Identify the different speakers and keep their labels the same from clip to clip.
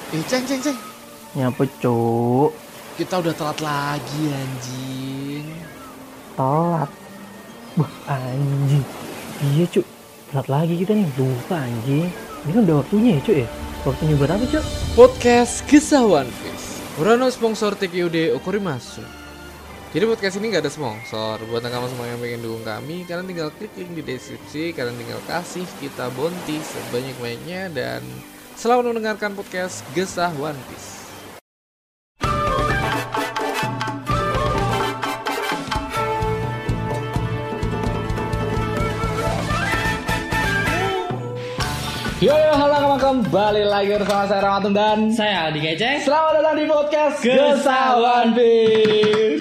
Speaker 1: Ceng.
Speaker 2: Nyapa cuk?
Speaker 1: Kita udah telat lagi anjing.
Speaker 2: Telat? Wah anjing. Iya cuk, telat lagi kita nih. Lupa anjing. Ini kan udah waktunya ya cuk ya? Waktunya buat apa cuk?
Speaker 1: Podcast Kisah One Piece. Urano sponsor TQD Okorimasu. Jadi podcast ini gak ada sponsor. Buat kamu semua yang pengen dukung kami, kalian tinggal klik link di deskripsi. Kalian tinggal kasih kita bounty sebanyak-banyaknya. Dan selamat mendengarkan podcast Kisah One Piece. Yo, halo kembali lagi bersama saya Ramatung dan
Speaker 3: Saya Aldi Keceng.
Speaker 1: selamat datang di podcast Kisah One Piece.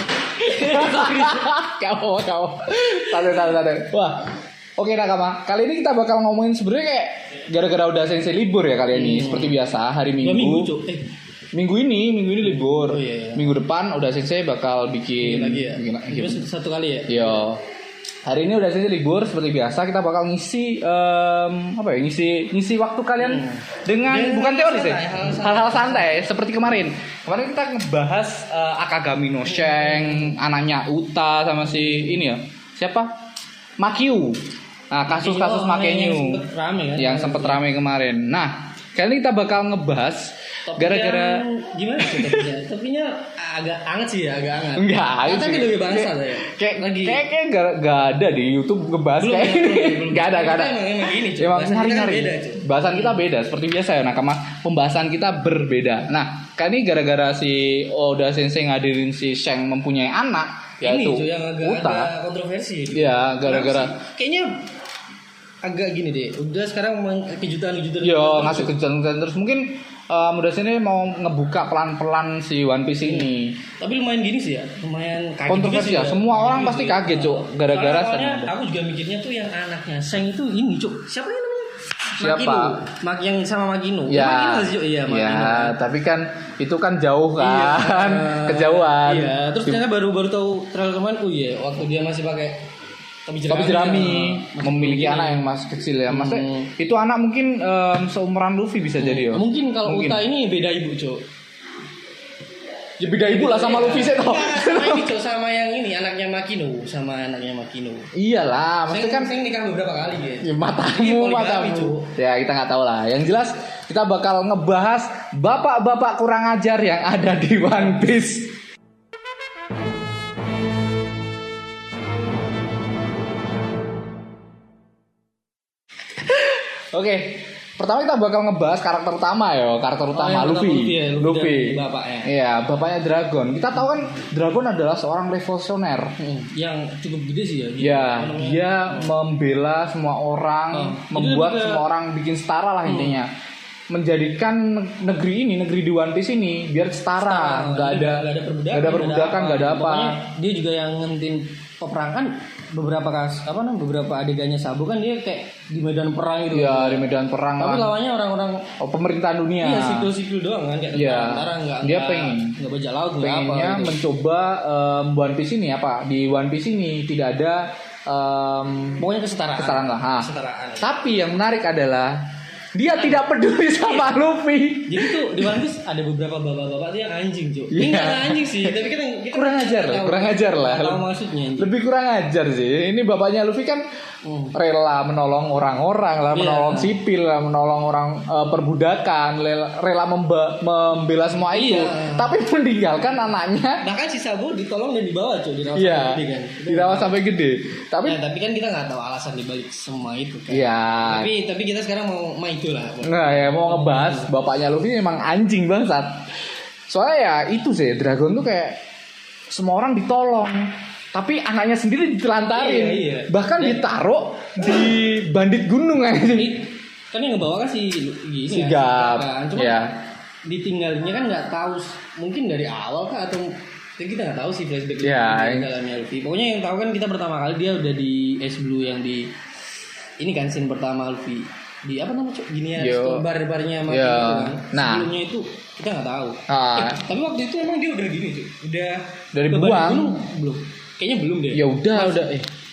Speaker 1: Kau. Santai. Wah, oke nakama. Kali ini kita bakal ngomongin sebenarnya kayak gara-gara udah sensei libur ya kali ini. Seperti biasa hari Minggu.
Speaker 3: Minggu, Cuk.
Speaker 1: Minggu ini libur.
Speaker 3: Oh, iya.
Speaker 1: Minggu depan udah sensei bakal bikin
Speaker 3: lagi ya.
Speaker 1: bikin
Speaker 3: Terus satu kali ya.
Speaker 1: Yo. Hari ini udah sensei libur seperti biasa kita bakal ngisi ngisi waktu kalian dengan bukan teori sih. Hal-hal santai seperti kemarin. Kemarin kita ngebahas Akagami no Sheng, anaknya Uta sama si ini ya. Siapa? Makiu. Nah, kasus-kasus Makiu yang sempet rame kemarin. Nah, kali ini kita bakal ngebahas gara-gara
Speaker 3: gimana sih topinya agak anget sih ya, agak anget.
Speaker 1: Enggak,
Speaker 3: kita kan udah bahas ya.
Speaker 1: Kayak gak ada di YouTube ngebahas kayak gak ada.
Speaker 3: Emang gini, Cuk.
Speaker 1: Emang
Speaker 3: Bahasan kita
Speaker 1: hari-hari
Speaker 3: beda, Cuk.
Speaker 1: bahasan kita beda seperti biasa ya nakama, pembahasan kita berbeda. Nah, kali ini gara-gara si Oda Sensei ngadirin si Sheng mempunyai anak
Speaker 3: Ini
Speaker 1: yaitu
Speaker 3: Cuk, yang agak
Speaker 1: Uta.
Speaker 3: ada kontroversi.
Speaker 1: Iya, gara-gara
Speaker 3: Kayaknya agak gini deh. Udah sekarang kejutan.
Speaker 1: yo ngasih kejutan terus mungkin Muda sini mau ngebuka pelan-pelan si One Piece ini.
Speaker 3: Tapi lumayan gini sih ya, lumayan kaget.
Speaker 1: Kontroversi
Speaker 3: juga
Speaker 1: ya,
Speaker 3: sih
Speaker 1: semua orang
Speaker 3: Kaget
Speaker 1: pasti
Speaker 3: sih.
Speaker 1: kaget cuk gara-gara
Speaker 3: Soalnya
Speaker 1: Sheng.
Speaker 3: aku juga mikirnya tuh yang anaknya Sheng itu ini Cuk. Siapa yang namanya?
Speaker 1: Siapa?
Speaker 3: Makino. Yang sama Makino.
Speaker 1: Ya,
Speaker 3: Makino sih, Cuk. Iya, Makino.
Speaker 1: ya, tapi kan itu kan jauh kan,
Speaker 3: Iya.
Speaker 1: kejauhan.
Speaker 3: Iya, terus ternyata baru tahu trailer kemarin. Oh iya, waktu dia masih pakai topi
Speaker 1: jerami
Speaker 3: masih
Speaker 1: memiliki
Speaker 3: begini.
Speaker 1: anak yang masih kecil ya. Maksudnya itu anak mungkin seumuran Luffy bisa jadi ya.
Speaker 3: Mungkin kalau Uta ini beda ibu, Cuk.
Speaker 1: Ya beda ibu lah sama Luffy sih toh.
Speaker 3: Sama ini, Cuk, sama yang ini anaknya Makino,
Speaker 1: Iyalah, maksudnya kan
Speaker 3: Saya nikah beberapa kali gitu.
Speaker 1: ya,
Speaker 3: Ini
Speaker 1: matamu.
Speaker 3: poligami, Cuk.
Speaker 1: Ya kita nggak tahu lah. Yang jelas kita bakal ngebahas bapak-bapak kurang ajar yang ada di One Piece. Oke, pertama kita bakal ngebahas karakter utama ya, karakter utama Luffy.
Speaker 3: Bapaknya.
Speaker 1: Iya, bapaknya Dragon. Kita tahu kan Dragon adalah seorang revolusioner.
Speaker 3: Yang cukup gede sih ya.
Speaker 1: Ya, dia membela semua orang, membuat
Speaker 3: Itu juga-
Speaker 1: semua orang bikin setara lah intinya. Menjadikan negeri di One Piece ini biar setara, nggak ada perbudakan, nggak ada apa.
Speaker 3: Pokoknya dia juga yang ngentin peperangan beberapa adegannya Sabo kan dia kayak di medan perang gitu.
Speaker 1: Ya di medan perang
Speaker 3: Tapi
Speaker 1: lah.
Speaker 3: lawannya orang-orang
Speaker 1: Pemerintahan dunia.
Speaker 3: iya sipil doang kan kayak
Speaker 1: Iya.
Speaker 3: tentara
Speaker 1: Dia pengen
Speaker 3: nggak bajak laut nggak apa
Speaker 1: pengennya
Speaker 3: gitu.
Speaker 1: mencoba One Piece ini apa di One Piece ini tidak ada
Speaker 3: Pokoknya kesetaraan.
Speaker 1: kesetaraan lah. Ha.
Speaker 3: Kesetaraan.
Speaker 1: Tapi yang menarik adalah dia tidak peduli sama Luffy.
Speaker 3: Jadi tuh di One Piece ada beberapa bapak-bapak tuh yang anjing, Cuk.
Speaker 1: Iya.
Speaker 3: Ini enggak anjing sih, tapi kita
Speaker 1: Kurang ajar lah.
Speaker 3: Tahu maksudnya. anjing.
Speaker 1: Lebih kurang ajar sih. Ini bapaknya Luffy kan rela menolong orang-orang lah,
Speaker 3: Iya.
Speaker 1: menolong sipil lah, menolong orang perbudakan, rela membela semua itu.
Speaker 3: Iya.
Speaker 1: Tapi meninggalkan anaknya.
Speaker 3: Bahkan si Sabo ditolong dan dibawa, Cuk, dirawat
Speaker 1: Iya.
Speaker 3: sampai gede kan.
Speaker 1: Dirawat sampai gede. Tapi
Speaker 3: Tapi kan kita nggak tahu alasan dibalik semua itu kan.
Speaker 1: iya.
Speaker 3: Tapi kita sekarang mau itulah.
Speaker 1: Nah ya mau ngebahas bapaknya Luffy emang anjing bangsat. Soalnya ya itu sih Dragon tuh kayak semua orang ditolong, tapi anaknya sendiri ditelantarin.
Speaker 3: Iya.
Speaker 1: Bahkan ditaruh di bandit gunung anjing.
Speaker 3: Kan yang ngebawa kan si gini
Speaker 1: Sigap.
Speaker 3: kan. Cuma
Speaker 1: Ya.
Speaker 3: ditinggalnya kan nggak tahu mungkin dari awal kah atau kita nggak tahu sih flashback
Speaker 1: Ya,
Speaker 3: di dalamnya Luffy. Pokoknya yang tahu kan kita pertama kali dia udah di Ice Blue yang di ini kan scene pertama Luffy di apa namanya Cuk? Gini ya bar-barnya Makino kan.
Speaker 1: Nah.
Speaker 3: Sebelumnya itu kita nggak tahu. Tapi waktu itu emang dia udah gini Cuk. Udah
Speaker 1: Dari
Speaker 3: ke
Speaker 1: buang.
Speaker 3: Bandung belum? Kayaknya belum deh.
Speaker 1: Ya udah.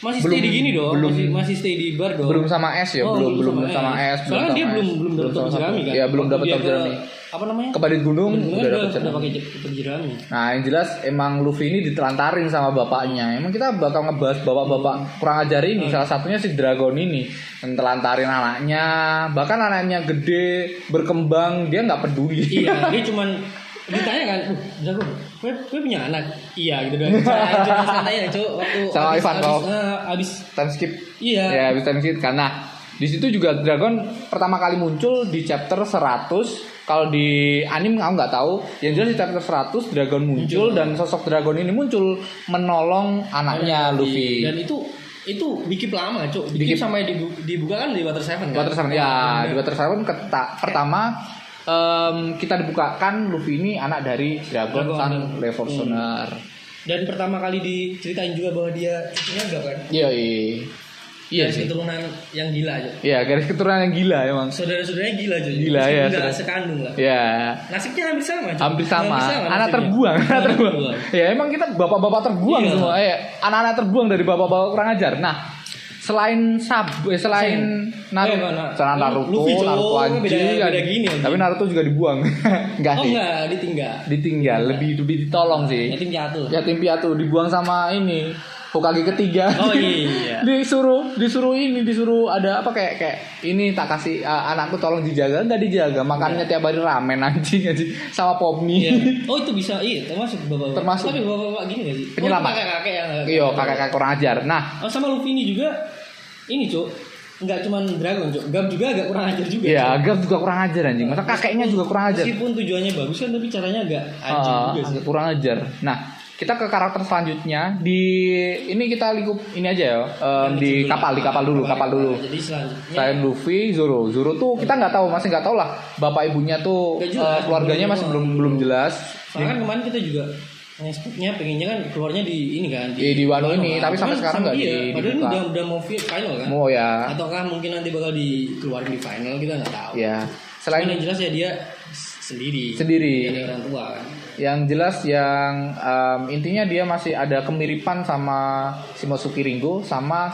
Speaker 3: masih stay di gini dong, masih stay di bar dong.
Speaker 1: Belum sama S ya, belum sama S.
Speaker 3: Soalnya dia belum dapat topi jerami kan.
Speaker 1: Iya, belum dapat topi jerami.
Speaker 3: Apa namanya?
Speaker 1: Ke Badut Gunung udah
Speaker 3: pakai topi jerami.
Speaker 1: Nah, yang jelas emang Luffy ini ditelantarin sama bapaknya. Emang kita bakal ngebahas bapak-bapak kurang ajar ini. Salah satunya si Dragon ini yang telantarin anaknya, bahkan anaknya gede, berkembang, dia nggak peduli.
Speaker 3: Iya, dia cuman ditanya kan, Dragon, gue punya anak, iya gitu doang. Jangan santai ya, cowok. Waktu
Speaker 1: sama Ivan kau
Speaker 3: abis
Speaker 1: time skip,
Speaker 3: iya,
Speaker 1: ya abis time skip karena di situ juga Dragon pertama kali muncul di chapter 100. Kalau di anime aku nggak tahu, yang jelas di chapter 100 Dragon muncul dan sosok Dragon ini muncul menolong anaknya Luffy.
Speaker 3: Dan itu Bikip lama, Cuk. Bikip sampai dibuka kan di Water 7 kan?
Speaker 1: Water 7 ya, di Water 7 pertama kita dibukakan Luffy ini anak dari Dragon Sun Revolutioner.
Speaker 3: Dan pertama kali diceritain juga bahwa dia cucunya enggak kan?
Speaker 1: Iya
Speaker 3: sih. Keturunan yang gila aja.
Speaker 1: Iya, garis keturunan yang gila emang.
Speaker 3: Saudara-saudaranya gila aja.
Speaker 1: Gila ya.
Speaker 3: Enggak sekandung lah.
Speaker 1: Iya.
Speaker 3: Nasibnya hampir sama.
Speaker 1: Hampir sama. Anak terbuang. Ya emang kita bapak-bapak terbuang semua. Anak-anak terbuang dari bapak-bapak kurang ajar. Nah, selain Naruto anjing, tapi Naruto juga dibuang. Enggak sih.
Speaker 3: Enggak,
Speaker 1: ditinggal. Lebih ditolong sih. Yatim piatu dibuang sama ini. Hokage ketiga.
Speaker 3: Oh iya.
Speaker 1: disuruh ada apa kayak ini tak kasih anakku tolong dijaga, enggak dijaga. Makannya tiap hari ramen anjing sama Popmi.
Speaker 3: Iya. Oh itu bisa termasuk bapak.
Speaker 1: Termasuk.
Speaker 3: Tapi bapak gini enggak sih?
Speaker 1: Penyelamat.
Speaker 3: Kakek yang.
Speaker 1: Iya, kakek kurang ajar. Nah,
Speaker 3: sama Luffy ini juga ini, Cuk. Enggak cuma Dragon, Cuk. Gam juga agak kurang ajar juga.
Speaker 1: Iya, Gam juga kurang ajar anjing. Masa kakeknya juga kurang ajar.
Speaker 3: Meskipun tujuannya bagus kan, tapi caranya agak anjing juga sih.
Speaker 1: Agak kurang ajar. Nah, kita ke karakter selanjutnya ini kita lingkup ini aja ya di kapal dulu.
Speaker 3: Jadi selanjutnya
Speaker 1: selain Luffy, Zoro tuh kita masih nggak tahu lah bapak ibunya tuh keluarganya masih belum jelas.
Speaker 3: Soalnya kan kemarin kita juga nge-expectnya pengennya kan keluarnya di ini kan
Speaker 1: di Wano ini, tapi sampai sekarang nggak di.
Speaker 3: Padahal ini udah mau final kan?
Speaker 1: Oh ya.
Speaker 3: Ataukah mungkin nanti bakal dikeluarin di final, kita nggak tahu.
Speaker 1: Ya. Selain
Speaker 3: yang jelas ya dia sendiri. Ada orang tua kan.
Speaker 1: Yang jelas yang intinya dia masih ada kemiripan sama Shimosuke Ringo sama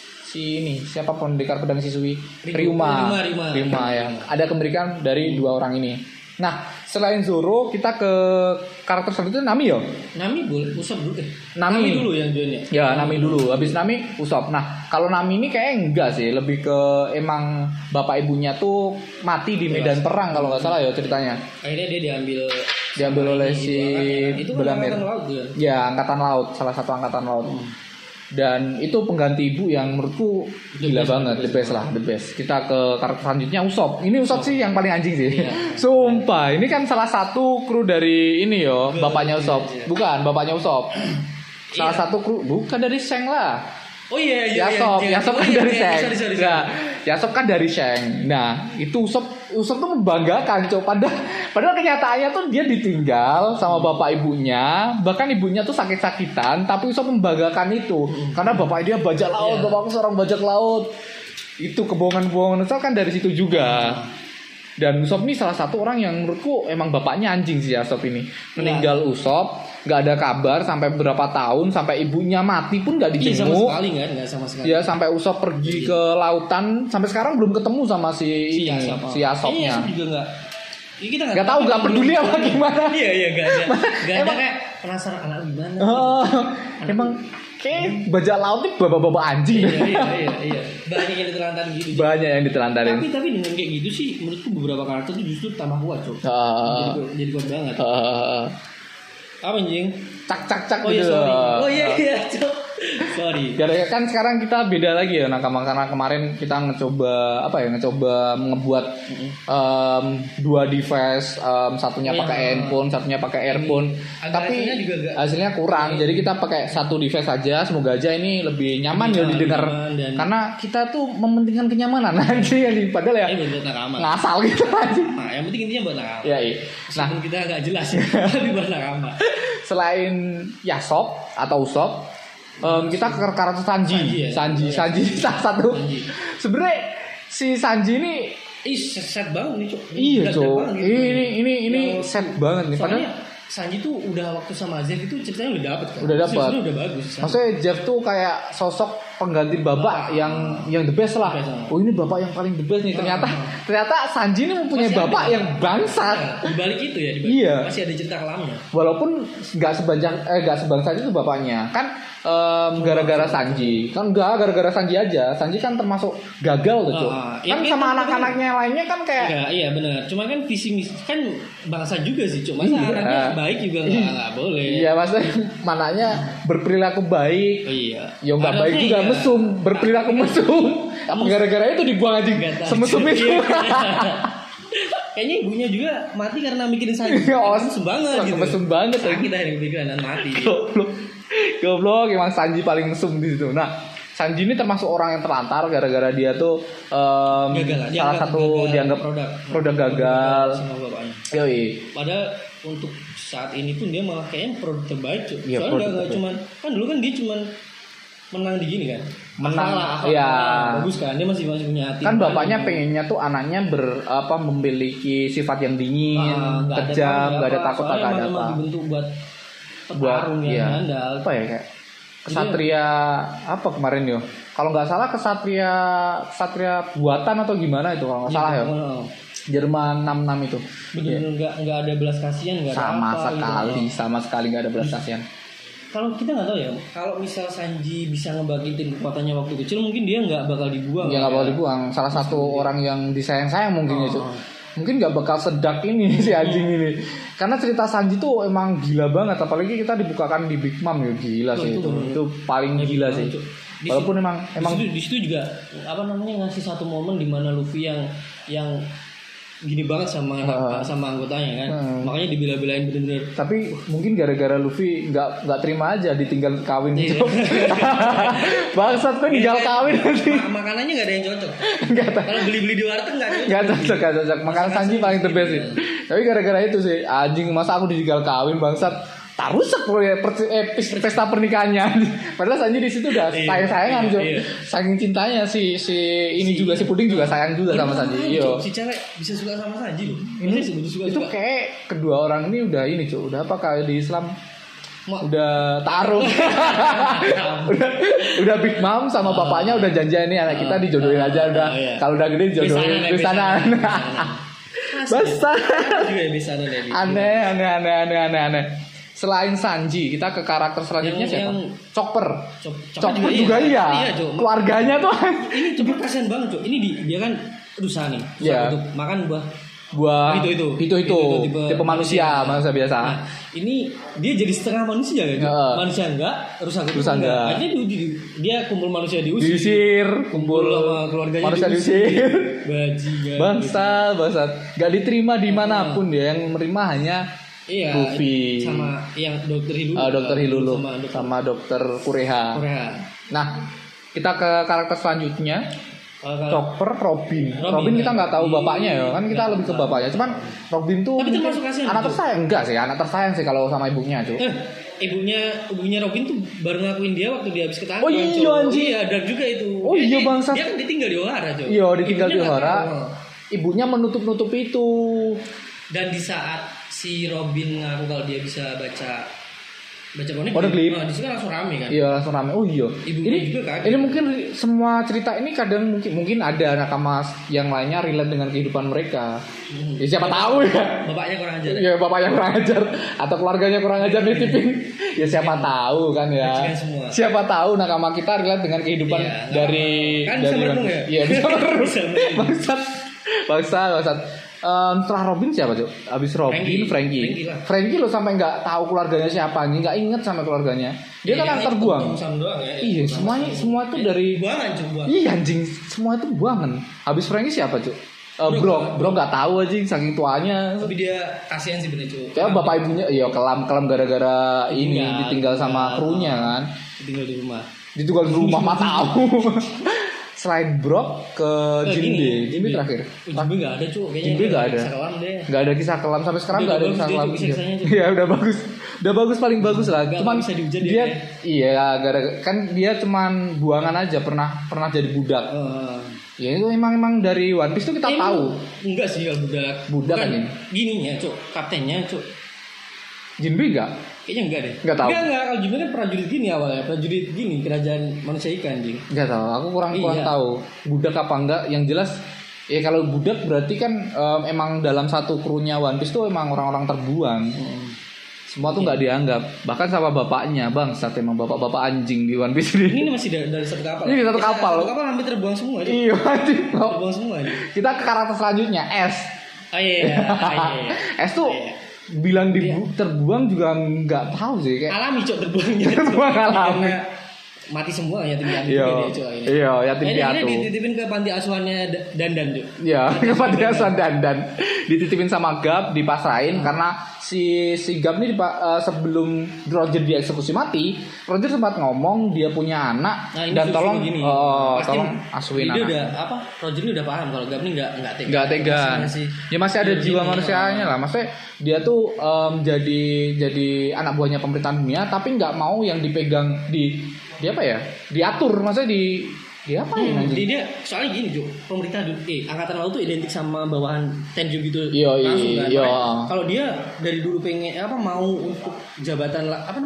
Speaker 1: si ini siapa pendekar pedang Shisui Ryuma yang ada kemiripan dari dua orang ini. Nah, selain Zoro kita ke karakter selanjutnya Nami ya.
Speaker 3: Nami boleh Usopp dulu deh.
Speaker 1: Nami
Speaker 3: dulu yang join ya.
Speaker 1: Ya, Nami dulu. Habis Nami Usopp. Nah, kalau Nami ini kayaknya enggak sih, lebih ke emang bapak ibunya tuh mati di medan perang kalau nggak salah ya ceritanya.
Speaker 3: Akhirnya dia diambil
Speaker 1: oleh si
Speaker 3: Belamir. Angkatan laut ya.
Speaker 1: Ya, angkatan laut, salah satu angkatan laut. Dan itu pengganti ibu yang menurutku gila banget, the best. Kita ke karakter selanjutnya Usopp. Ini Usopp sih yang paling anjing sih. Iya. Sumpah, ini kan salah satu kru dari ini yo, bapaknya Usopp. Bukan, bapaknya Usopp. Salah satu kru, bukan dari Sheng lah.
Speaker 3: Oh iya.
Speaker 1: Yasop kan dari Sheng. Nah, Yasop kan dari Sheng. Nah, itu Usopp tuh membanggakan, padahal kenyataannya tuh dia ditinggal sama bapak ibunya, bahkan ibunya tuh sakit-sakitan, tapi Usopp membanggakan itu. Karena bapak dia bajak laut, bapakku seorang bajak laut. Itu kebohongan Usopp kan dari situ juga. Dan Usopp ini salah satu orang yang menurutku emang bapaknya anjing sih Usopp ini. Meninggal Usopp, nggak ada kabar sampai beberapa tahun, sampai ibunya mati pun nggak dijenguk.
Speaker 3: Nggak sama sekali.
Speaker 1: Ya sampai Usopp pergi ke lautan, sampai sekarang belum ketemu sama si Yasopnya.
Speaker 3: Juga nggak. Ya, kita
Speaker 1: nggak tahu, nggak peduli apa gimana.
Speaker 3: Iya nggak ada kayak penasaran anak gimana.
Speaker 1: Emang kayak bajak laut itu bapak-bapak anjing.
Speaker 3: Iya. Banyak yang ditelantarin gitu.
Speaker 1: Banyak yang ditelantarin.
Speaker 3: Tapi dengan kayak gitu sih menurutku beberapa karakter tuh justru tambah kuat, Cok. Jadi kuat banget. Apa anjing?
Speaker 1: Cak
Speaker 3: oh,
Speaker 1: gitu.
Speaker 3: Oh iya, Cok. Sorry.
Speaker 1: Karena kan sekarang kita beda lagi ya nakama, karena kemarin kita ngecoba ngebuat dua device, satunya pakai handphone, satunya pakai earphone. Tapi hasilnya kurang. Jadi kita pakai satu device saja, semoga aja ini lebih nyaman ya didengar. Karena kita tuh mementingkan kenyamanan nanti padahal ya ngasal gitu aja.
Speaker 3: Nah, yang penting intinya buat nakama.
Speaker 1: Ya, iya.
Speaker 3: Nah, kita enggak jelas tapi buat nakama.
Speaker 1: Selain Yasop atau Usopp, kita ke karakter Sanji salah satu. Sebenarnya si Sanji ini
Speaker 3: set banget nih, Cok.
Speaker 1: Iya, Cok. Ini set banget nih. Padahal
Speaker 3: Sanji tuh udah waktu sama Jeff itu ceritanya udah dapet kan.
Speaker 1: Udah dapet.
Speaker 3: Udah bagus.
Speaker 1: Maksudnya Jeff tuh kayak sosok pengganti bapak yang the best lah. Oh ini bapak yang paling the best nih. Ternyata Sanji ini mempunyai bapak yang bangsat.
Speaker 3: Di balik itu ya,
Speaker 1: iya.
Speaker 3: Masih ada cerita kelamnya.
Speaker 1: Walaupun nggak sebangsat itu bapaknya kan. Gara-gara Sanji kan gara-gara Sanji aja. Sanji kan termasuk gagal tuh Cuk. Kan sama anak-anaknya lainnya kan kayak
Speaker 3: iya benar. Cuma kan visi misi kan bangsa juga sih Cuk. Masa anaknya baik juga nggak boleh.
Speaker 1: Iya maksudnya mananya berperilaku baik.
Speaker 3: Iya.
Speaker 1: Ya nggak baik juga iya. Mesum berperilaku mesum. Apa gara-gara itu dibuang aja semesum itu.
Speaker 3: Kayaknya ibunya juga mati karena mikirin Sanji. Mesum banget gitu.
Speaker 1: Mesum banget.
Speaker 3: Sakit dari pikiran dan mati.
Speaker 1: Goblok emang Sanji paling mesum di situ. Nah, Sanji ini termasuk orang yang terlantar gara-gara dia tuh salah satu dianggap produk gagal.
Speaker 3: Yoi. Padahal untuk saat ini pun dia malah kayaknya produk terbaik Cuk.
Speaker 1: Ya,
Speaker 3: soalnya nggak cuman kan dulu kan dia cuman menang di gini kan.
Speaker 1: Menang ya.
Speaker 3: Bagus kan dia masih punya hati.
Speaker 1: Kan bapaknya pengennya tuh anaknya memiliki sifat yang dingin, kejam, enggak ada takut tak ada apa.
Speaker 3: Dibentuk buat petarung yang handal.
Speaker 1: Apa ya kayak kesatria apa kemarin yo? Kalau nggak salah kesatria buatan atau gimana itu kalau nggak salah ya. Jerman 66 itu.
Speaker 3: Benar nggak ada belas kasihan nggak ada apa.
Speaker 1: Sama sekali nggak ada belas kasihan.
Speaker 3: Kalau kita nggak tahu ya, kalau misal Sanji bisa ngebangkitin kekuatannya waktu kecil, mungkin dia nggak bakal dibuang.
Speaker 1: Dia nggak bakal dibuang. Salah satu orang yang disayang-sayang mungkin itu. Mungkin nggak bakal sedak ini si anjing ini. Karena cerita Sanji tuh emang gila banget. Apalagi kita dibukakan di Big Mom ya gila sih itu. Itu paling gila sih. Walaupun emang
Speaker 3: di situ juga apa namanya ngasih satu momen di mana Luffy yang gini banget sama anggotanya kan. Makanya dibela-belain bener-bener.
Speaker 1: Tapi mungkin gara-gara Luffy nggak terima aja ditinggal kawin gitu. Bangsat kok tinggal kawin nanti.
Speaker 3: Makanannya nggak ada yang cocok. Kalau beli-beli di warteg nggak
Speaker 1: cocok. Makanan Sanji paling the best sih. Tapi gara-gara itu sih anjing masa aku ditinggal kawin bangsat. Tak rusak pesta pernikahannya. Padahal Sanji di situ udah sayang-sayangan Jo. Saking cintanya si ini juga si Puding juga sayang juga sama Sanji.
Speaker 3: Iya. Si cewek bisa suka sama Sanji loh.
Speaker 1: Itu kayak kedua orang ini udah ini Jo. Udah apa kayak di Islam? Udah taruh. udah Big Mom sama bapaknya udah janjian nih anak kita dijodohin aja udah. Kalau udah gede dijodohin di sana. Basah.
Speaker 3: Juga bisa
Speaker 1: aneh. Selain Sanji, kita ke karakter selanjutnya siapa? Chopper juga iya. Keluarganya tuh.
Speaker 3: Ini Chopper kasihan banget, Cuk. Ini dia kan rusa nih. Untuk makan
Speaker 1: buah itu tipe manusia biasa.
Speaker 3: Nah, ini dia jadi setengah manusia kan? Manusia enggak, rusa enggak. Akhirnya dia kumpul manusia diusir,
Speaker 1: kumpul
Speaker 3: sama keluarganya
Speaker 1: manusia diusir.
Speaker 3: Bajingan.
Speaker 1: Bangsat. Enggak diterima dimanapun dia yang menerima hanya Luffy
Speaker 3: sama yang Dokter
Speaker 1: Hilulu sama Dokter Kureha. Nah, kita ke karakter selanjutnya. Chopper, Robin kita nggak tahu bapaknya ya, kan kita lebih ke bapaknya. Cuman Robin tuh anak tersayang anak tersayang sih kalau sama ibunya tuh.
Speaker 3: Ibunya Robin tuh baru ngakuin dia waktu dia habis ketangkep.
Speaker 1: Oh iya anjing.
Speaker 3: Iya, dark juga itu.
Speaker 1: Oh iya bangsa.
Speaker 3: Dia kan ditinggal di Ohara, Cok.
Speaker 1: Iya, ditinggal di Ohara. Ibunya menutup itu. Dan
Speaker 3: di saat si Robin ngaku kalau dia bisa baca
Speaker 1: poneglyph.
Speaker 3: Di sini langsung rame kan?
Speaker 1: Iya, langsung rame. Oh iya. Ini mungkin semua cerita ini kadang mungkin ada nakama yang lainnya relate dengan kehidupan mereka. Ya siapa tahu ya.
Speaker 3: Bapaknya kurang ajar.
Speaker 1: Iya, bapaknya kurang ajar atau keluarganya kurang ajar nitipin. Ya siapa tahu kan ya. Siapa tahu nakama kita relate dengan kehidupan dari
Speaker 3: bisa merenung ya?
Speaker 1: Iya, bisa merenung. Bangsat. Setelah Robin siapa Cuk? Abis Robin Frankie lo sampai nggak tahu keluarganya siapa nih, nggak inget sama keluarganya. Dia kan antar buang. Iya, semua itu dari
Speaker 3: buangan Cuk.
Speaker 1: Iya anjing, semua itu buangan. Abis Frankie siapa Cuk? Bro nggak tahu anjing saking tuanya.
Speaker 3: Tapi dia kasihan sih bener Cuk.
Speaker 1: Ya bapak ibunya kelam gara-gara ini ditinggal sama krunya kan. Ditinggal di rumah mah tahu. Selain Brock ke Jinbe terakhir.
Speaker 3: Jinbe nggak ada Cuk.
Speaker 1: Jinbe nggak ada. Nggak ada kisah kelam sampai sekarang nggak ada kisah kelam. Iya udah bagus paling bagus lah. Cuman dia gara-gara kan dia cuman buangan aja pernah jadi budak. Ya itu emang dari One Piece tuh kita tahu.
Speaker 3: Enggak sih kalau budak
Speaker 1: kan ini.
Speaker 3: Gininya Cuk, kaptennya Cuk.
Speaker 1: Jinbe enggak?
Speaker 3: Kayaknya enggak deh.
Speaker 1: Enggak tahu.
Speaker 3: Enggak. Kalau Jinbe kan prajurit gini awalnya, prajurit gini kerajaan manusia ikan anjing.
Speaker 1: Enggak tahu. Aku kurang tahu. Budak apa enggak? Yang jelas ya kalau budak berarti kan emang dalam satu krunya One Piece tuh emang orang-orang terbuang. Semua tuh nggak dianggap, bahkan sama bapaknya, bangsat emang bapak-bapak anjing di One Piece ini.
Speaker 3: Ini masih dari satu kapal.
Speaker 1: Ini satu kapal.
Speaker 3: Satu kapal hampir terbuang semua.
Speaker 1: Iya,
Speaker 3: terbuang semua.
Speaker 1: Kita ke karakter selanjutnya, S.
Speaker 3: Oh iya.
Speaker 1: S tuh bilang terbuang juga nggak tahu sih kayak.
Speaker 3: Alami cok terbuangnya.
Speaker 1: Terbuang alami.
Speaker 3: Mati semua yatim piatu juga dia cok ini.
Speaker 1: Iya, yatim piatu.
Speaker 3: Ini dititipin ke panti asuhannya Dandan cok.
Speaker 1: Iya, ke panti asuhan Dandan. Dititipin sama Gap, dipasrahin karena si Gap ini sebelum Roger dieksekusi mati, Roger sempat ngomong dia punya anak dan tolong asuhin anak.
Speaker 3: Dia udah apa? Roger ini udah paham kalau Gap ini enggak
Speaker 1: tega. Masih ada jiwa manusianya lah. Maksudnya dia tuh jadi anak buahnya pemerintahan dunia tapi nggak mau yang dipegang diatur, maksudnya diapain anjing?
Speaker 3: Dia soalnya gini Jo, pemerintah angkatan laut tuh identik sama bawahan Tenjin gitu.
Speaker 1: Iya.
Speaker 3: Kalau dia dari dulu pengen mau untuk jabatan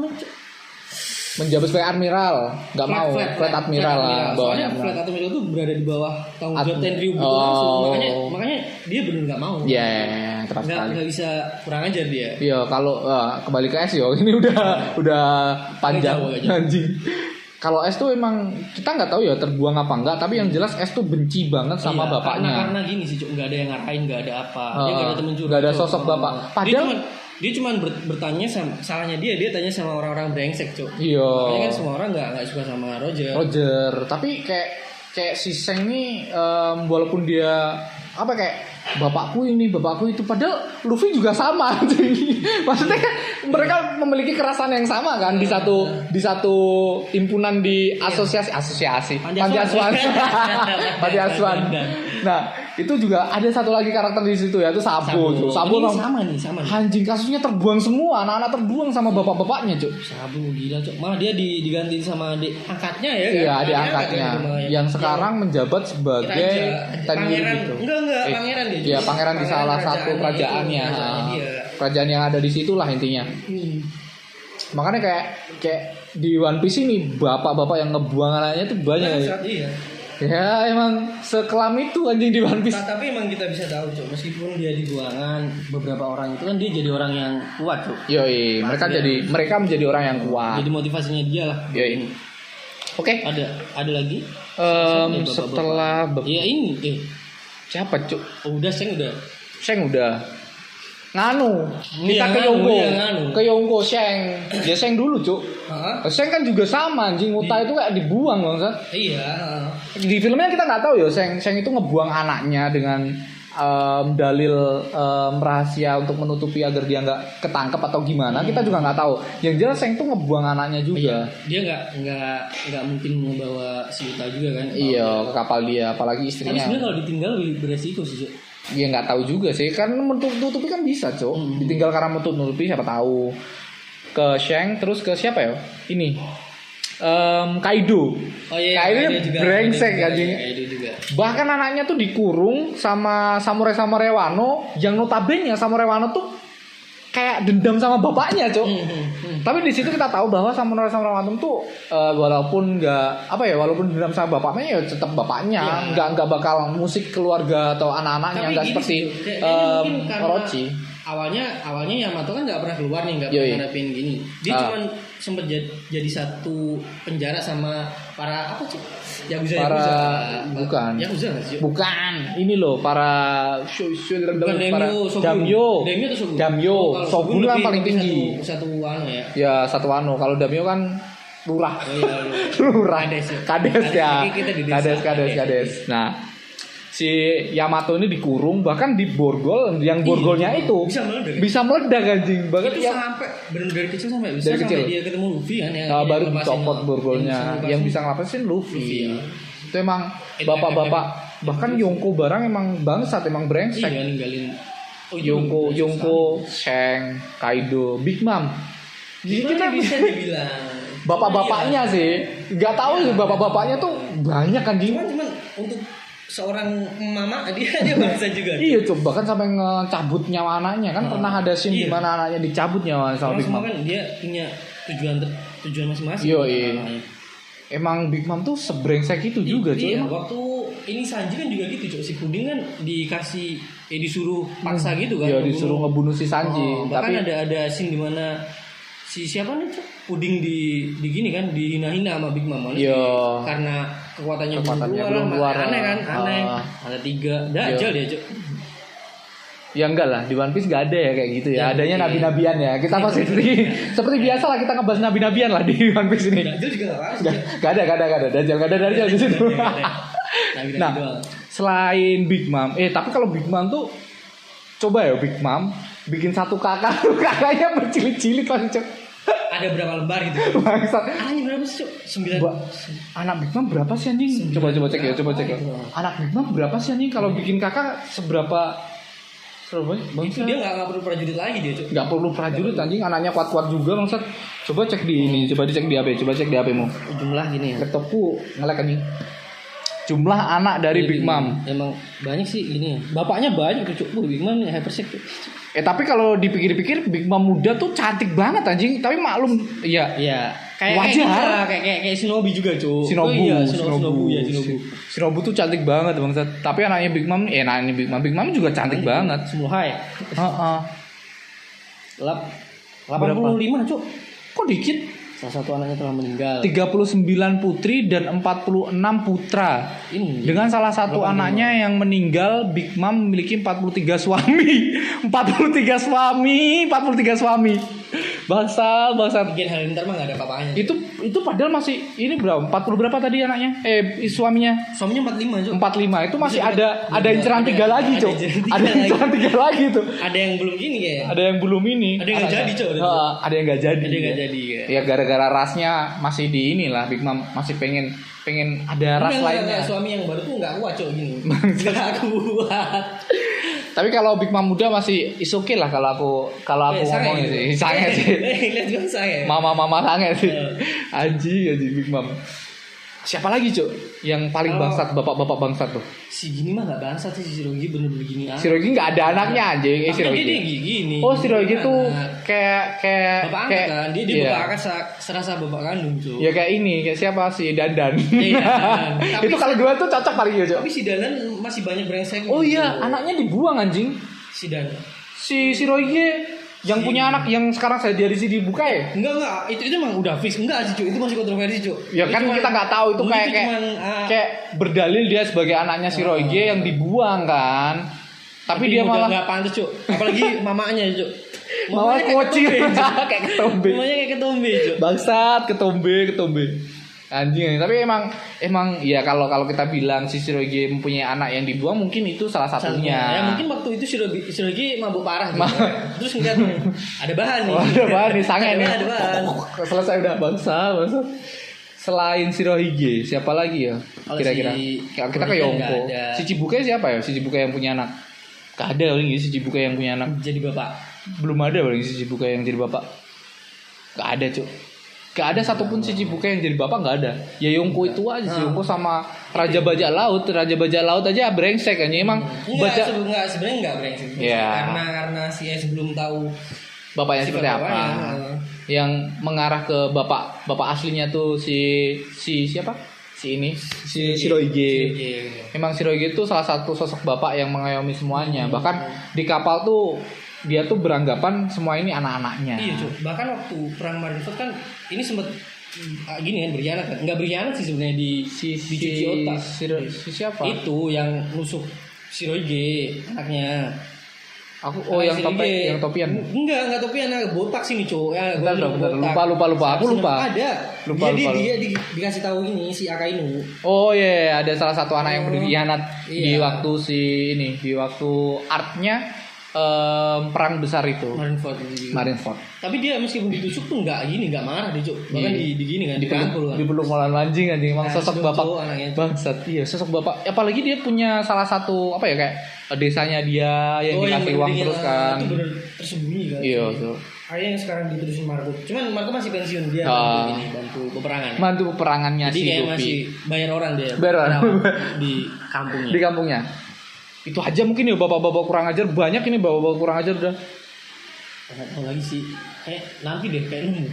Speaker 3: menjabat
Speaker 1: sebagai admiral, nggak mau flat admiral lah bawahnya.
Speaker 3: Flat admiral itu berada di bawah tanggung jawab Tenryu gitu langsung. Makanya dia benar nggak mau.
Speaker 1: Iya, keras sekali.
Speaker 3: Nggak bisa kurang ajar dia.
Speaker 1: Iya, kalau kembali ke S ini udah panjang anjing. Kalau S tuh emang kita nggak tahu ya terbuang apa enggak, tapi yang jelas S tuh benci banget sama bapaknya.
Speaker 3: Karena gini sih, nggak ada yang ngarahin, nggak ada apa, dia nggak ada temen curhat,
Speaker 1: nggak ada sosok bapak. Padahal
Speaker 3: dia cuma bertanya salahnya dia tanya sama orang-orang brengsek cuk.
Speaker 1: Iya.
Speaker 3: Makanya kan semua orang nggak suka sama Roger.
Speaker 1: Tapi kayak si Sheng nih walaupun dia kayak bapakku itu padahal Luffy juga sama maksudnya kan mereka memiliki kerasan yang sama kan di satu himpunan di asosiasi panti asuhan. Nah itu juga ada satu lagi karakter di situ ya, itu Sabo
Speaker 3: sama nih
Speaker 1: anjing, kasusnya terbuang semua, anak-anak terbuang sama bapak-bapaknya cuk.
Speaker 3: Sabo gila cuk, malah dia diganti sama adik angkatnya ya kan?
Speaker 1: Iya, adik angkatnya yang sekarang menjabat sebagai
Speaker 3: pangeran
Speaker 1: gitu.
Speaker 3: Enggak pangeran dia.
Speaker 1: Iya, pangeran di salah satu kerajaannya. Kerajaan yang ada di situlah intinya. Makanya kayak di One Piece ini bapak-bapak yang ngebuang anaknya itu banyak ya.
Speaker 3: Iya.
Speaker 1: Ya emang sekelam itu anjing di One Piece.
Speaker 3: Tapi emang kita bisa tahu cuk, meskipun dia dibuangan beberapa orang itu kan dia jadi orang yang kuat cuk.
Speaker 1: Yoi, mereka menjadi orang yang kuat.
Speaker 3: Jadi motivasinya dia lah.
Speaker 1: Yoi. Oke.
Speaker 3: Ada lagi?
Speaker 1: Setelah
Speaker 3: ya ini
Speaker 1: siapa cuk?
Speaker 3: Udah Sheng udah.
Speaker 1: Nganu, kita ke Yonko Sheng. Ya Sheng dulu cuk. Sheng kan juga sama anjing, Uta itu kayak dibuang bangsat.
Speaker 3: Iya.
Speaker 1: Di filmnya kita nggak tahu ya Sheng itu ngebuang anaknya dengan dalil rahasia untuk menutupi agar dia nggak ketangkep atau gimana, kita juga nggak tahu. Yang jelas Sheng tuh ngebuang anaknya juga.
Speaker 3: Dia nggak mungkin membawa si Uta juga kan?
Speaker 1: Iya, ke kapal dia, apalagi istrinya.
Speaker 3: Tapi sebenarnya kalau ditinggal lebih beresiko sih cuk.
Speaker 1: Ya nggak tahu juga sih, karena menutupi kan bisa cuk. Ditinggal karena menutupi siapa tahu. Ke Sheng terus ke siapa ya? Ini Kaido.
Speaker 3: Oh iya,
Speaker 1: Kaido juga brengsek anjing. Bahkan anaknya tuh dikurung sama samurai Wano yang notabene samurai Wano tuh kayak dendam sama bapaknya, Cok. Tapi di situ kita tahu bahwa samurai Wano tuh walaupun walaupun dendam sama bapaknya ya tetap bapaknya, enggak bakal musik keluarga atau anak-anaknya enggak seperti Orochi.
Speaker 3: Awalnya Yamato kan nggak pernah keluar nih, nggak pernah ngadepin gini. Dia cuma sempat jadi satu penjara sama para apa sih? Yakuza.
Speaker 1: Bukan.
Speaker 3: Yakuza nggak sih?
Speaker 1: Bukan. Ini loh para Daimyo, Shogun kan paling tinggi.
Speaker 3: Satu wano ya.
Speaker 1: Ya satu wano. Kalau Daimyo kan lurah. Lurah. Kades. Nah. Si Yamato ini dikurung, bahkan di borgol, yang borgolnya itu bisa meledak anjing. Bahkan
Speaker 3: itu sampai benar dari kecil sampai dia ketemu Luffy kan yang
Speaker 1: baru dicopot borgolnya. Yang bisa ngelapasin Luffy. Itu emang bapak-bapak, bahkan Yonko barang emang bangsat, emang brengsek.
Speaker 3: Iya, ninggalin
Speaker 1: Yonko, Sheng, Kaido, Big Mom.
Speaker 3: Jadi kita bisa dibilang
Speaker 1: bapak-bapaknya sih, nggak tahu sih bapak-bapaknya tuh banyak anjing.
Speaker 3: Cuman untuk seorang mama dia bangsa juga.
Speaker 1: Iya coba kan sampai ngecabut nyawa anaknya kan pernah ada scene di mana anaknya dicabut nyawa sama Big Mom.
Speaker 3: Kan dia punya tujuan masing-masing.
Speaker 1: Iya. Emang Big Mom tuh sebrengsek itu juga cuy.
Speaker 3: Iya, waktu ini Sanji kan juga gitu cuy. Si Puding kan disuruh paksa gitu kan.
Speaker 1: Iya, disuruh ngebunuh si Sanji.
Speaker 3: Bahkan ada scene di mana si siapa nih cuy? Puding di gini kan dihina-hina sama Big Mom. Iya. Karena kekuatannya belum keluar. Aneh kan? Aneh. Ada 3 dajal dia cuy.
Speaker 1: Ya enggak lah, di One Piece gak ada ya kayak gitu ya. Adanya nabi-nabian ya. Kita masih seperti biasa lah kita ngebahas nabi-nabian lah di One Piece ini.
Speaker 3: Dajjal juga
Speaker 1: gak ada. Dajjal gak ada di situ. Nah, selain Big Mom, tapi kalau Big Mom tuh coba ya Big Mom bikin satu kakaknya bercilik-cilik pasti cok.
Speaker 3: Ada berapa lembar gitu?
Speaker 1: Bangsat.
Speaker 3: Anjing berapa sih cok? 9.
Speaker 1: Anak Big Mom berapa sih anjing? Coba cek ya. Anak Big Mom berapa sih anjing? Kalau bikin kakak seberapa?
Speaker 3: Itu dia nggak perlu prajurit lagi dia cuy.
Speaker 1: Nggak perlu prajurit anjing, anaknya kuat-kuat juga bangsat. Coba cek di ini, coba dicek di HP, coba cek di HP-mu.
Speaker 3: Jumlah gini ya.
Speaker 1: Laptopku nge-lag anjing. Jumlah anak dari Big Mom.
Speaker 3: Emang banyak sih gini ya. Bapaknya banyak tuh cuy. Big Mom nih hypersek tuh.
Speaker 1: Tapi kalau dipikir-pikir Big Mom muda tuh cantik banget anjing. Tapi maklum ya.
Speaker 3: Iya.
Speaker 1: Wajar.
Speaker 3: Kayak Shinobi juga cuy.
Speaker 1: Shinobu tuh cantik banget bangsat. Tapi anaknya Big Mom, Big Mom juga cantik banget.
Speaker 3: Semuhai. 85 cuy.
Speaker 1: Kok dikit?
Speaker 3: Salah satu anaknya telah meninggal.
Speaker 1: 39 putri dan 46 putra.
Speaker 3: Ini
Speaker 1: dengan salah satu anaknya yang meninggal, Big Mom memiliki 43 suami. 43 suami. Bangsa.
Speaker 3: Bikin Halilintar mah enggak ada apa-apanya.
Speaker 1: Itu padahal masih ini berapa? 40 berapa tadi anaknya? Suaminya.
Speaker 3: Suaminya 45, Cuk.
Speaker 1: 45. Itu masih ada inceran 3 lagi, Cuk. Ada inceran 3 lagi tuh.
Speaker 3: Ada yang belum ini kayaknya.
Speaker 1: Ada yang belum ini.
Speaker 3: Ada yang enggak jadi, Cuk.
Speaker 1: Ada yang enggak jadi.
Speaker 3: Ya
Speaker 1: Gara-gara rasnya masih di inilah Big Mom masih pengen ada ras lainnya.
Speaker 3: Suami yang baru tuh enggak kuat, Cuk, gini. Enggak kuat.
Speaker 1: Tapi kalau Big Mom muda masih is okay lah kalau aku ngomongin sih. Sange sih.
Speaker 3: Lihat juga sange.
Speaker 1: Mama sange sih. Anjing Big Mom. Siapa lagi, Cuk? Yang paling bangsat, bapak-bapak bangsat tuh.
Speaker 3: Si gini mah enggak bangsat sih, si Shirogi bener-bener gini aja.
Speaker 1: Shirogi enggak ada anaknya anjing, Shirogi.
Speaker 3: Dia gini.
Speaker 1: Oh, Shirogi tuh kayak
Speaker 3: bapak angkat kan. Dia bapak angkat serasa bapak kandung, Cuk.
Speaker 1: Ya kayak ini, kayak siapa sih Dandan.
Speaker 3: Iya.
Speaker 1: Itu kalau dua tuh cocok paling ya, Cuk.
Speaker 3: Tapi si Dandan masih banyak brengsek.
Speaker 1: Oh iya, anaknya dibuang anjing.
Speaker 3: Si Dandan.
Speaker 1: Si Shirogi yang punya anak yang sekarang saya dari sini dibuka ya?
Speaker 3: Enggak, itu emang udah fix. Enggak sih, Cuk. Itu masih kontroversi, Cuk.
Speaker 1: Ya kan kita enggak tahu itu kayak berdalil dia sebagai anaknya Shiroge yang dibuang kan. Tapi dia malah
Speaker 3: enggak pantas, Cuk. Apalagi mamanya, Cuk.
Speaker 1: Mama kocil kayak ketombe.
Speaker 3: Mamanya kayak ketombe, Cuk.
Speaker 1: Bangsat, ketombe. Anjing, tapi emang ya kalau kita bilang si Shiroge mempunyai anak yang dibuang mungkin itu salah satunya.
Speaker 3: Ya mungkin waktu itu Shiroge mabuk parah gitu. Terus ngeliat ada bahan nih.
Speaker 1: Ada bahan nih, sange nih.
Speaker 3: Ada bahan.
Speaker 1: Selesai udah bangsa. Selain Shirohige, siapa lagi ya? Kira-kira. Kita ke Yonko. Si Chibukai siapa ya? Si Chibukai yang punya anak. Gak ada paling si Chibukai yang punya anak.
Speaker 3: Jadi bapak.
Speaker 1: Belum ada paling si Chibukai yang jadi bapak. Gak ada, Cuk. Gak ada satupun si Chibukai yang jadi bapak, gak ada. Ya Yonko itu aja sih. Yonko sama Raja Bajak Laut aja brengsek kan. Emang
Speaker 3: sebenarnya enggak brengsek.
Speaker 1: Yeah.
Speaker 3: Karena si S belum tahu
Speaker 1: bapaknya seperti apa. Yang mengarah ke bapak aslinya tuh si siapa? Si Shirohige. Memang Shirohige itu salah satu sosok bapak yang mengayomi semuanya. Bahkan di kapal tuh dia tuh beranggapan semua ini anak-anaknya.
Speaker 3: Iya, Cuk. Bahkan waktu perang Marineford kan ini sempat gini kan berkhianat kan. Enggak berkhianat sih sebenarnya di cuci otak.
Speaker 1: Si siapa?
Speaker 3: Itu yang nusuk Shirohige anaknya.
Speaker 1: Yang topian.
Speaker 3: Enggak topian, botak sini, Cuk. Ya,
Speaker 1: bentar. Lupa. Aku lupa.
Speaker 3: Ada. Dia dikasih tahu ini si Akainu.
Speaker 1: Oh iya, ada salah satu anak yang berkhianat di waktu di waktu artnya perang besar itu Marineford. Tapi dia meskipun ditusuk tuh nggak marah dia, Cuk. Bahkan di gini kan dipeluk malah anjing anjing. Emang sosok bapak bangsat. Iya, sosok bapak. Apalagi dia punya salah satu kayak desanya dia yang dikasih uang terus kan.
Speaker 3: Itu benar tersembunyi kan.
Speaker 1: Iya, tuh.
Speaker 3: kayaknya yang sekarang diterusin Marco. Cuman Marco masih pensiun, dia bantu peperangan.
Speaker 1: Bantu peperangannya.
Speaker 3: Jadi
Speaker 1: si
Speaker 3: kayak
Speaker 1: Gopi.
Speaker 3: masih bayar orang dia.
Speaker 1: Bayar
Speaker 3: di kampungnya.
Speaker 1: Di kampungnya. Itu aja mungkin ya bapak-bapak kurang ajar, banyak ini bapak-bapak kurang ajar udah.
Speaker 3: Enggak tahu lagi sih. Kayak nanti deh kayak nemu.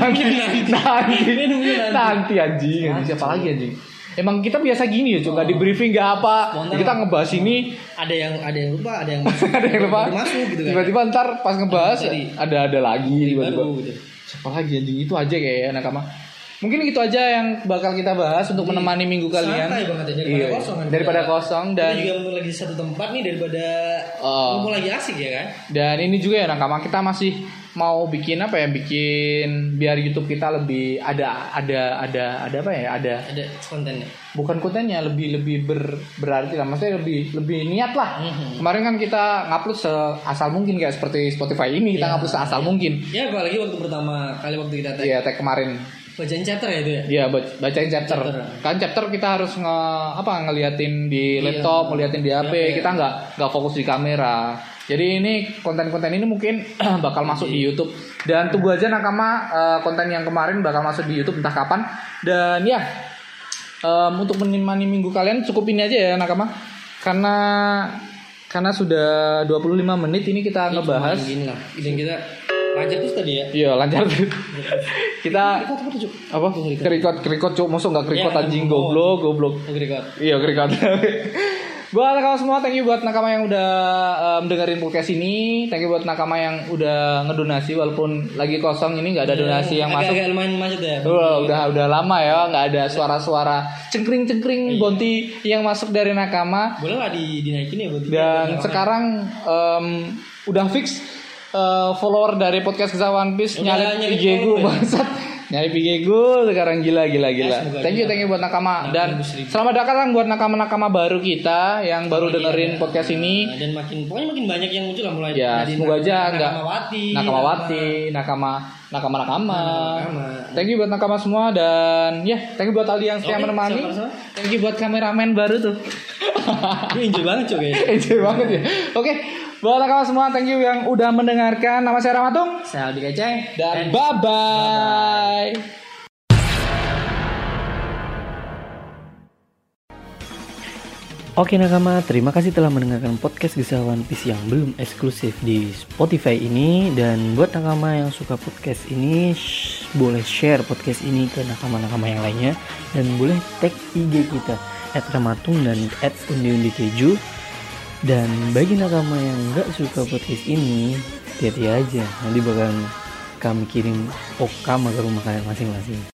Speaker 1: nanti anjing. Siapa lagi anjing? Emang kita biasa gini ya, cuma di briefing nggak apa. Kita ngebahas ini
Speaker 3: ada yang lupa, ada yang masuk,
Speaker 1: ada yang lupa.
Speaker 3: Masuk gitu kan.
Speaker 1: Tiba-tiba ntar pas ngebahas ada lagi tiba-tiba.
Speaker 3: Gitu.
Speaker 1: Siapa lagi anjing? Itu aja kayak nakama. Mungkin itu aja yang bakal kita bahas untuk menemani minggu kalian.
Speaker 3: Santai banget ya,
Speaker 1: daripada kosong dan
Speaker 3: kita juga ngumpul lagi di satu tempat nih daripada ngumpul lagi asik ya kan.
Speaker 1: Dan ini juga ya nakama, kita masih mau bikin apa ya, bikin biar YouTube kita lebih ada apa ya, ada
Speaker 3: kontennya.
Speaker 1: Bukan kontennya, lebih berarti lah, maksudnya lebih niat lah. Kemarin kan kita ngupload seasal mungkin kayak seperti Spotify ini, kita ngupload seasal mungkin.
Speaker 3: Ya apalagi waktu pertama kali waktu kita
Speaker 1: tag kemarin.
Speaker 3: Bacain chapter ya itu ya?
Speaker 1: Iya, bacain chapter. Kan chapter kita harus ngeliatin di laptop, ngeliatin di HP. Kita nggak fokus di kamera. Jadi ini konten-konten ini mungkin bakal masuk di YouTube. Dan tunggu aja nakama, konten yang kemarin bakal masuk di YouTube entah kapan. Dan ya, untuk menemani minggu kalian cukup ini aja ya nakama. Karena sudah 25 menit ini kita ngebahas.
Speaker 3: Ide kita lancar terus tadi ya?
Speaker 1: Iya lancar terus. Kita apa? Kerikot cuk, musuh nggak kerikot anjing, goblok. Iya kerikot. Buat nakama semua, thank you buat nakama yang udah dengerin podcast ini. Thank you buat nakama yang udah ngedonasi walaupun lagi kosong ini nggak ada donasi yang masuk.
Speaker 3: Agak lumayan macet ya.
Speaker 1: Udah lama ya nggak ada suara-suara cengkring bonti yang masuk dari nakama.
Speaker 3: Boleh lah dinaikin ya bonti.
Speaker 1: Dan sekarang udah fix follower dari podcast Kisah One Piece nyalip IG gue bangsat. Nyalip IG gue sekarang gila. Thank you buat nakama dan selamat datang buat nakama-nakama baru kita yang baru dengerin podcast ini.
Speaker 3: Dan makin banyak yang muncul lah mulai
Speaker 1: dari semoga aja enggak
Speaker 3: Nakamawati,
Speaker 1: nakama. Thank you buat nakama semua dan ya thank you buat Aldi yang setia menemani. Thank you buat kameramen baru tuh.
Speaker 3: Enjoy banget coy.
Speaker 1: Enjoy banget ya. Oke. Buat nakama semua, thank you yang udah mendengarkan. Nama saya Ramatung,
Speaker 3: saya Aldi Keceng,
Speaker 1: dan bye-bye.
Speaker 2: Oke nakama, terima kasih telah mendengarkan podcast Kisah One Piece yang belum eksklusif di Spotify ini. Dan buat nakama yang suka podcast ini, boleh share podcast ini ke nakama-nakama yang lainnya. Dan boleh tag IG kita @ramatung dan @undi-undi-keju. Dan bagi nakama yang gak suka podcast ini, hati-hati aja, nanti bakal kami kirim okama ke rumah kalian masing-masing.